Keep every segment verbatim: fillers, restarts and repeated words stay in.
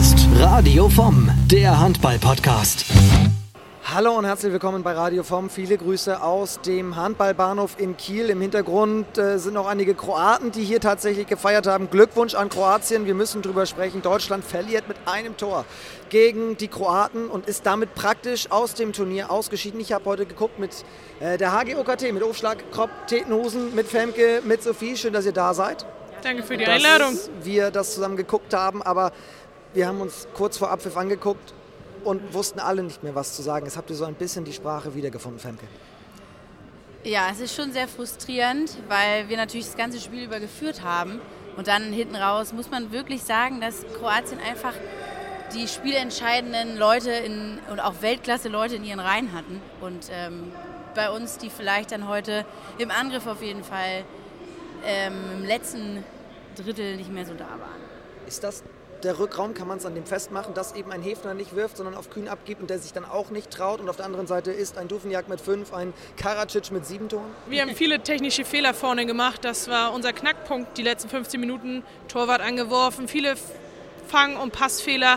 ist Radio V O M, der Handball-Podcast. Hallo und herzlich willkommen bei Radio V O M. Viele Grüße aus dem Handballbahnhof in Kiel. Im Hintergrund äh, sind noch einige Kroaten, die hier tatsächlich gefeiert haben. Glückwunsch an Kroatien. Wir müssen drüber sprechen. Deutschland verliert mit einem Tor gegen die Kroaten und ist damit praktisch aus dem Turnier ausgeschieden. Ich habe heute geguckt mit äh, der H G O K T, mit Aufschlag, Kropp, Tetenhusen, mit Femke, mit Sophie. Schön, dass ihr da seid. Danke für die Einladung. Dass wir das zusammen geguckt haben, aber wir haben uns kurz vor Abpfiff angeguckt und wussten alle nicht mehr, was zu sagen. Jetzt habt ihr so ein bisschen die Sprache wiedergefunden, Femke. Ja, es ist schon sehr frustrierend, weil wir natürlich das ganze Spiel über geführt haben. Und dann hinten raus muss man wirklich sagen, dass Kroatien einfach die spielentscheidenden Leute in, und auch Weltklasse-Leute in ihren Reihen hatten. Und ähm, bei uns, die vielleicht dann heute im Angriff auf jeden Fall ähm, im letzten Drittel nicht mehr so da waren. Ist das der Rückraum, kann man es an dem festmachen, dass eben ein Hefner nicht wirft, sondern auf Kühn abgibt und der sich dann auch nicht traut. Und auf der anderen Seite ist ein Dufenjak mit fünf, ein Karadzic mit sieben Toren? Wir haben viele technische Fehler vorne gemacht. Das war unser Knackpunkt, die letzten fünfzehn Minuten. Torwart angeworfen, viele Fang- und Passfehler.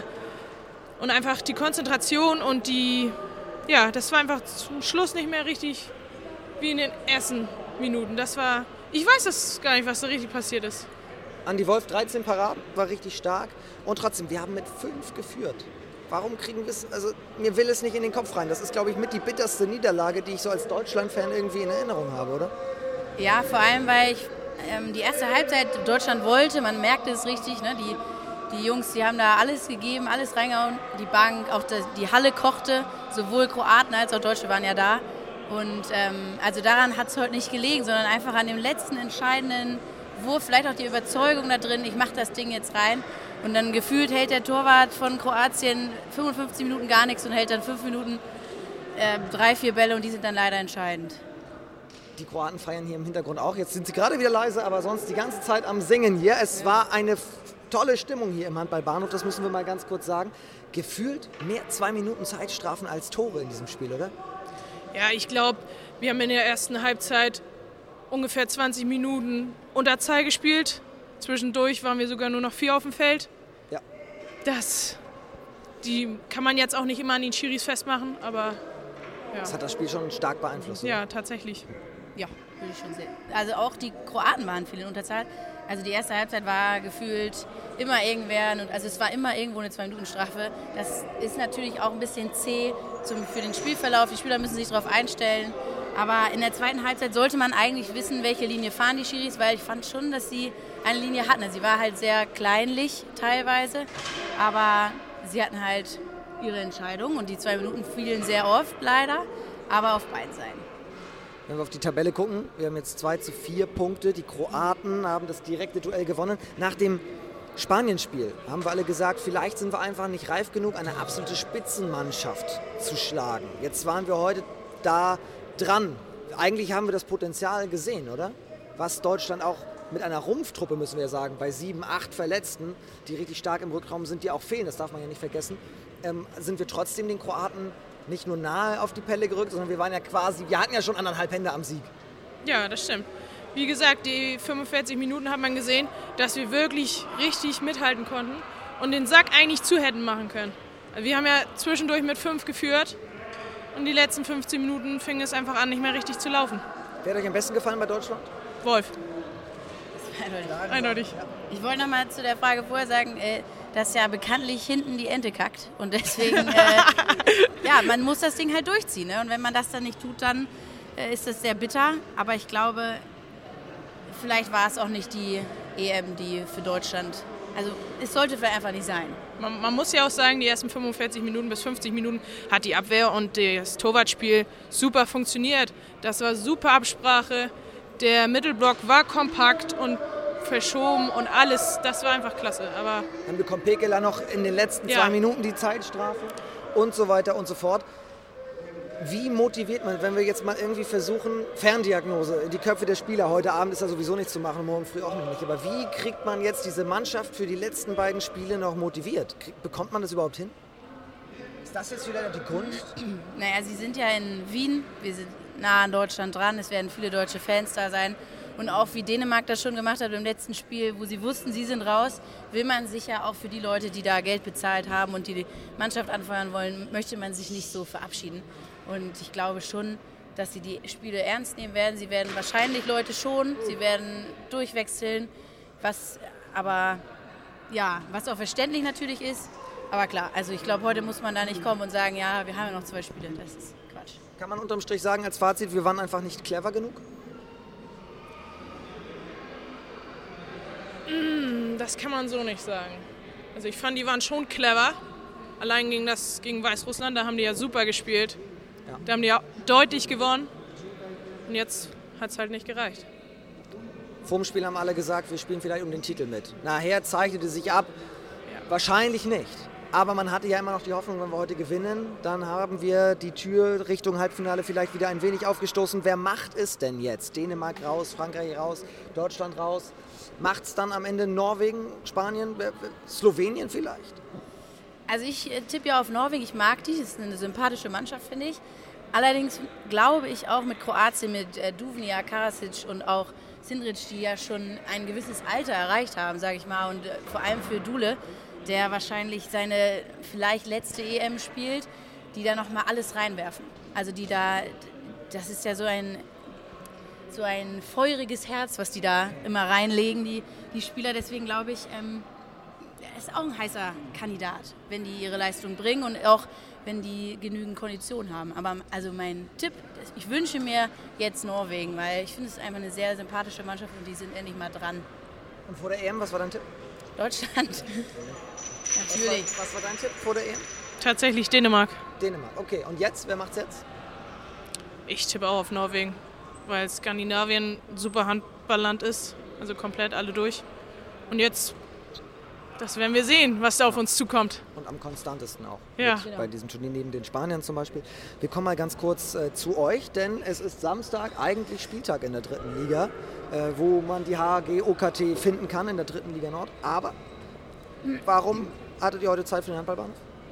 Und einfach die Konzentration und die, ja, das war einfach zum Schluss nicht mehr richtig wie in den ersten Minuten. Das war, ich weiß das gar nicht, was da richtig passiert ist. Andi Wolf, dreizehn Paraden, war richtig stark. Und trotzdem, wir haben mit fünf geführt. Warum kriegen wir es, also mir will es nicht in den Kopf rein. Das ist, glaube ich, mit die bitterste Niederlage, die ich so als Deutschland-Fan irgendwie in Erinnerung habe, oder? Ja, vor allem, weil ich ähm, die erste Halbzeit Deutschland wollte, man merkte es richtig, ne? die, die Jungs, die haben da alles gegeben, alles reingehauen. Die Bank, auch die, die Halle kochte, sowohl Kroaten als auch Deutsche waren ja da. Und ähm, also daran hat es heute nicht gelegen, sondern einfach an dem letzten entscheidenden Wurf, vielleicht auch die Überzeugung da drin, ich mache das Ding jetzt rein. Und dann gefühlt hält der Torwart von Kroatien fünfundfünfzig Minuten gar nichts und hält dann fünf Minuten äh, drei, vier Bälle und die sind dann leider entscheidend. Die Kroaten feiern hier im Hintergrund auch. Jetzt sind sie gerade wieder leise, aber sonst die ganze Zeit am Singen hier. Es war eine f- tolle Stimmung hier im Handballbahnhof, das müssen wir mal ganz kurz sagen. Gefühlt mehr zwei Minuten Zeitstrafen als Tore in diesem Spiel, oder? Ja, ich glaube, wir haben in der ersten Halbzeit ungefähr zwanzig Minuten Unterzahl gespielt. Zwischendurch waren wir sogar nur noch vier auf dem Feld. Ja. Das, die kann man jetzt auch nicht immer an den Schiris festmachen, aber ja. Das hat das Spiel schon stark beeinflusst. Oder? Ja, tatsächlich. Ja, würde ich schon sehen. Also auch die Kroaten waren viel in Unterzahl. Also die erste Halbzeit war gefühlt immer irgendwer, also es war immer irgendwo eine zwei-Minuten-Strafe. Das ist natürlich auch ein bisschen zäh zum, für den Spielverlauf. Die Spieler müssen sich darauf einstellen. Aber in der zweiten Halbzeit sollte man eigentlich wissen, welche Linie fahren die Schiris, weil ich fand schon, dass sie eine Linie hatten. Sie war halt sehr kleinlich teilweise, aber sie hatten halt ihre Entscheidung und die zwei Minuten fielen sehr oft leider, aber auf beiden Seiten. Wenn wir auf die Tabelle gucken, wir haben jetzt zwei zu vier Punkte. Die Kroaten haben das direkte Duell gewonnen. Nach dem Spanien-Spiel haben wir alle gesagt, vielleicht sind wir einfach nicht reif genug, eine absolute Spitzenmannschaft zu schlagen. Jetzt waren wir heute da dran. Eigentlich haben wir das Potenzial gesehen, oder? Was Deutschland auch mit einer Rumpftruppe, müssen wir sagen, bei sieben, acht Verletzten, die richtig stark im Rückraum sind, die auch fehlen, das darf man ja nicht vergessen, ähm, sind wir trotzdem den Kroaten nicht nur nahe auf die Pelle gerückt, sondern wir waren ja quasi, wir hatten ja schon anderthalb Hände am Sieg. Ja, das stimmt. Wie gesagt, die fünfundvierzig Minuten hat man gesehen, dass wir wirklich richtig mithalten konnten und den Sack eigentlich zu hätten machen können. Wir haben ja zwischendurch mit fünf geführt. Und die letzten fünfzehn Minuten fing es einfach an, nicht mehr richtig zu laufen. Wer hat euch am besten gefallen bei Deutschland? Wolf. Eindeutig. Eindeutig. Ich wollte noch mal zu der Frage vorher sagen, äh, dass ja bekanntlich hinten die Ente kackt. Und deswegen, äh, ja, man muss das Ding halt durchziehen. Ne? Und wenn man das dann nicht tut, dann äh, ist das sehr bitter. Aber ich glaube, vielleicht war es auch nicht die E M, die für Deutschland, also es sollte vielleicht einfach nicht sein. Man, man muss ja auch sagen, die ersten fünfundvierzig Minuten bis fünfzig Minuten hat die Abwehr und das Torwartspiel super funktioniert. Das war super Absprache. Der Mittelblock war kompakt und verschoben und alles. Das war einfach klasse. Aber dann bekommt Pekela noch in den letzten ja. zwei Minuten die Zeitstrafe und so weiter und so fort. Wie motiviert man, wenn wir jetzt mal irgendwie versuchen, Ferndiagnose in die Köpfe der Spieler, heute Abend ist ja sowieso nichts zu machen, morgen früh auch noch nicht, aber wie kriegt man jetzt diese Mannschaft für die letzten beiden Spiele noch motiviert? Krieg, bekommt man das überhaupt hin? Ist das jetzt wieder die Kunst? Naja, sie sind ja in Wien, wir sind nah an Deutschland dran, es werden viele deutsche Fans da sein Und auch wie Dänemark das schon gemacht hat im letzten Spiel, wo sie wussten, sie sind raus, will man sich ja auch für die Leute, die da Geld bezahlt haben und die die Mannschaft anfeuern wollen, möchte man sich nicht so verabschieden. Und ich glaube schon, dass sie die Spiele ernst nehmen werden. Sie werden wahrscheinlich Leute schonen, sie werden durchwechseln, was aber ja, was auch verständlich natürlich ist. Aber klar, also ich glaube, heute muss man da nicht kommen und sagen, ja, wir haben ja noch zwei Spiele. Das ist Quatsch. Kann man unterm Strich sagen als Fazit, wir waren einfach nicht clever genug? Das kann man so nicht sagen. Also ich fand, die waren schon clever. Allein gegen, das, gegen Weißrussland, da haben die ja super gespielt. Ja. Da haben die ja deutlich gewonnen. Und jetzt hat es halt nicht gereicht. Vor dem Spiel haben alle gesagt, wir spielen vielleicht um den Titel mit. Nachher zeichnete sich ab, ja. Wahrscheinlich nicht. Aber man hatte ja immer noch die Hoffnung, wenn wir heute gewinnen, dann haben wir die Tür Richtung Halbfinale vielleicht wieder ein wenig aufgestoßen. Wer macht es denn jetzt? Dänemark raus, Frankreich raus, Deutschland raus. Macht es dann am Ende Norwegen, Spanien, Slowenien vielleicht? Also ich tippe ja auf Norwegen, ich mag die, das ist eine sympathische Mannschaft, finde ich. Allerdings glaube ich auch mit Kroatien, mit äh, Duvnija, Karasic und auch Sindric, die ja schon ein gewisses Alter erreicht haben, sage ich mal. Und äh, vor allem für Dule, der wahrscheinlich seine vielleicht letzte E M spielt, die da nochmal alles reinwerfen. Also die da, das ist ja so ein... so ein feuriges Herz, was die da immer reinlegen, die, die Spieler. Deswegen glaube ich, ähm, er ist auch ein heißer Kandidat, wenn die ihre Leistung bringen und auch wenn die genügend Konditionen haben. Aber also mein Tipp, ich wünsche mir jetzt Norwegen, weil ich finde es einfach eine sehr sympathische Mannschaft und die sind endlich mal dran. Und vor der E M, was war dein Tipp? Deutschland. Natürlich. Was war, was war dein Tipp vor der E M? Tatsächlich Dänemark. Dänemark, okay. Und jetzt, wer macht's jetzt? Ich tippe auch auf Norwegen, weil Skandinavien ein super Handballland ist, also komplett alle durch. Und jetzt, das werden wir sehen, was da auf uns zukommt. Und am konstantesten auch. Ja. Bei diesem Turnier neben den Spaniern zum Beispiel. Wir kommen mal ganz kurz äh, zu euch, denn es ist Samstag, eigentlich Spieltag in der dritten Liga, äh, wo man die H G O K T finden kann in der dritten Liga Nord. Aber warum hattet ihr heute Zeit für den Handballbahn?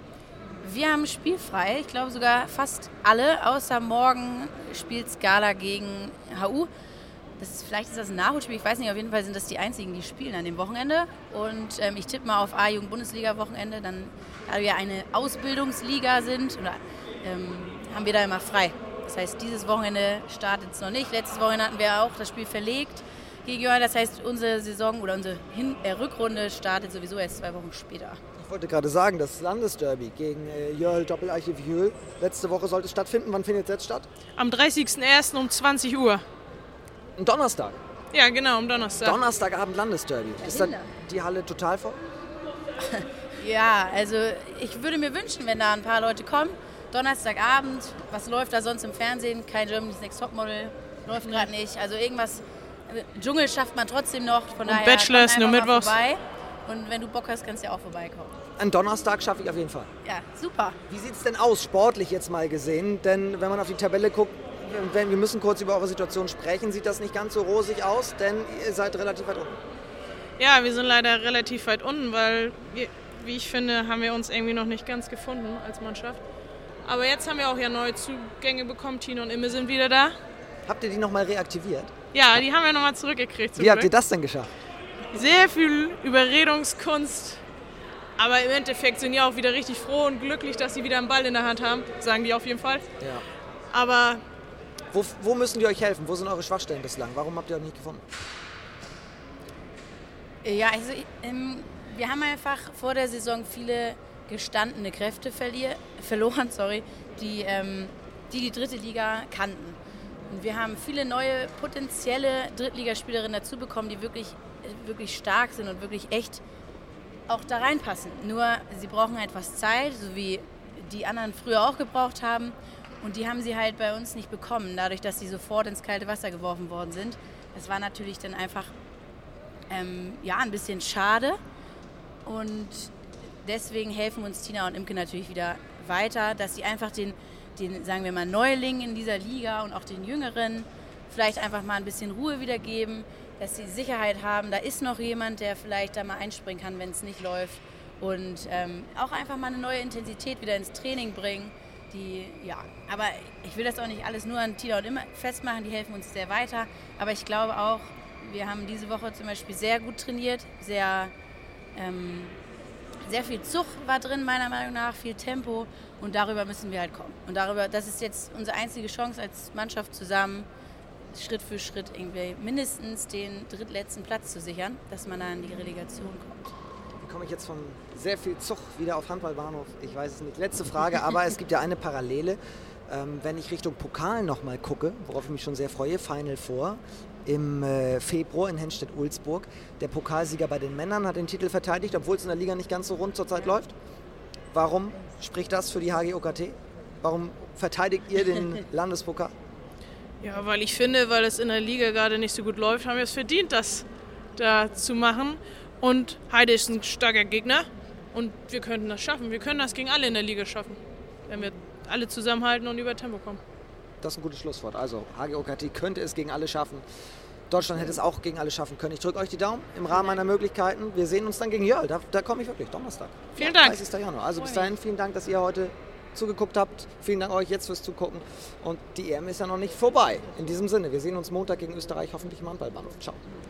Wir haben spielfrei, ich glaube sogar fast alle, außer morgen spielt Scala gegen H U. Das ist, vielleicht ist das ein Nachholspiel, ich weiß nicht, auf jeden Fall sind das die einzigen, die spielen an dem Wochenende. Und ähm, ich tippe mal auf A-Jugend-Bundesliga-Wochenende, dann, da wir eine Ausbildungsliga sind, oder, ähm, haben wir da immer frei. Das heißt, dieses Wochenende startet es noch nicht. Letztes Wochenende hatten wir auch das Spiel verlegt gegen Jörn. Das heißt, unsere Saison oder unsere Hin- äh, Rückrunde startet sowieso erst zwei Wochen später. Ich wollte gerade sagen, das Landesderby gegen äh, Jöl Doppelarchiv Jöl. Letzte Woche sollte es stattfinden. Wann findet es jetzt statt? Am dreißigsten ersten um zwanzig Uhr. Am Donnerstag? Ja, genau, am Donnerstag. Donnerstagabend Landesderby. Ist dann die Halle total voll? Ja, also ich würde mir wünschen, wenn da ein paar Leute kommen. Donnerstagabend, was läuft da sonst im Fernsehen? Kein Germany's Next Topmodel, läuft gerade nicht. Also irgendwas, Dschungel schafft man trotzdem noch. Von Und daher Bachelor ist nur mittwochs. Vorbei. Und wenn du Bock hast, kannst du ja auch vorbeikommen. An Donnerstag schaffe ich auf jeden Fall. Ja, super. Wie sieht es denn aus, sportlich jetzt mal gesehen? Denn wenn man auf die Tabelle guckt, wir müssen kurz über eure Situation sprechen, sieht das nicht ganz so rosig aus, denn ihr seid relativ weit unten. Ja, wir sind leider relativ weit unten, weil, wir, wie ich finde, haben wir uns irgendwie noch nicht ganz gefunden als Mannschaft. Aber jetzt haben wir auch ja neue Zugänge bekommen. Tino und Imme sind wieder da. Habt ihr die nochmal reaktiviert? Ja, die haben wir nochmal zurückgekriegt. Wie habt ihr das denn geschafft? Sehr viel Überredungskunst. Aber im Endeffekt sind die auch wieder richtig froh und glücklich, dass sie wieder einen Ball in der Hand haben. Sagen die auf jeden Fall. Ja. Aber Wo, wo müssen die euch helfen? Wo sind eure Schwachstellen bislang? Warum habt ihr euch nicht gefunden? Ja, also ähm, wir haben einfach vor der Saison viele gestandene Kräfte verlier- verloren, sorry, die, ähm, die die dritte Liga kannten. Und wir haben viele neue potenzielle Drittligaspielerinnen dazu bekommen, die wirklich, wirklich stark sind und wirklich echt auch da reinpassen. Nur sie brauchen etwas Zeit, so wie die anderen früher auch gebraucht haben. Und die haben sie halt bei uns nicht bekommen, dadurch, dass sie sofort ins kalte Wasser geworfen worden sind. Das war natürlich dann einfach ähm, ja, ein bisschen schade. Und deswegen helfen uns Tina und Imke natürlich wieder weiter, dass sie einfach den, den, sagen wir mal, Neulingen in dieser Liga und auch den Jüngeren vielleicht einfach mal ein bisschen Ruhe wiedergeben, dass sie Sicherheit haben, da ist noch jemand, der vielleicht da mal einspringen kann, wenn es nicht läuft. Und ähm, auch einfach mal eine neue Intensität wieder ins Training bringen, Die, ja, aber ich will das auch nicht alles nur an Tila und Imma festmachen, die helfen uns sehr weiter. Aber ich glaube auch, wir haben diese Woche zum Beispiel sehr gut trainiert, sehr, ähm, sehr viel Zug war drin, meiner Meinung nach, viel Tempo und darüber müssen wir halt kommen. Und darüber, das ist jetzt unsere einzige Chance als Mannschaft zusammen, Schritt für Schritt irgendwie mindestens den drittletzten Platz zu sichern, dass man dann in die Relegation kommt. Wie komme ich jetzt von sehr viel Zug wieder auf Handballbahnhof? Ich weiß es nicht. Letzte Frage, aber es gibt ja eine Parallele. Ähm, wenn ich Richtung Pokal nochmal gucke, worauf ich mich schon sehr freue, Final Four im äh, Februar in Henstedt-Ulzburg. Der Pokalsieger bei den Männern hat den Titel verteidigt, obwohl es in der Liga nicht ganz so rund zurzeit läuft. Warum spricht das für die H G O K T? Warum verteidigt ihr den Landespokal? Ja, weil ich finde, weil es in der Liga gerade nicht so gut läuft, haben wir es verdient, das da zu machen. Und Heide ist ein starker Gegner und wir könnten das schaffen. Wir können das gegen alle in der Liga schaffen, wenn wir alle zusammenhalten und über Tempo kommen. Das ist ein gutes Schlusswort. Also H G O K T könnte es gegen alle schaffen. Deutschland hätte es auch gegen alle schaffen können. Ich drücke euch die Daumen im Rahmen meiner Möglichkeiten. Wir sehen uns dann gegen Jöll. Da, da komme ich wirklich, Donnerstag. Vielen Dank. dreißigsten Januar. Also bis dahin vielen Dank, dass ihr heute zugeguckt habt. Vielen Dank euch jetzt fürs Zugucken. Und die E M ist ja noch nicht vorbei. In diesem Sinne, wir sehen uns Montag gegen Österreich hoffentlich im Handballbahnhof. Ciao.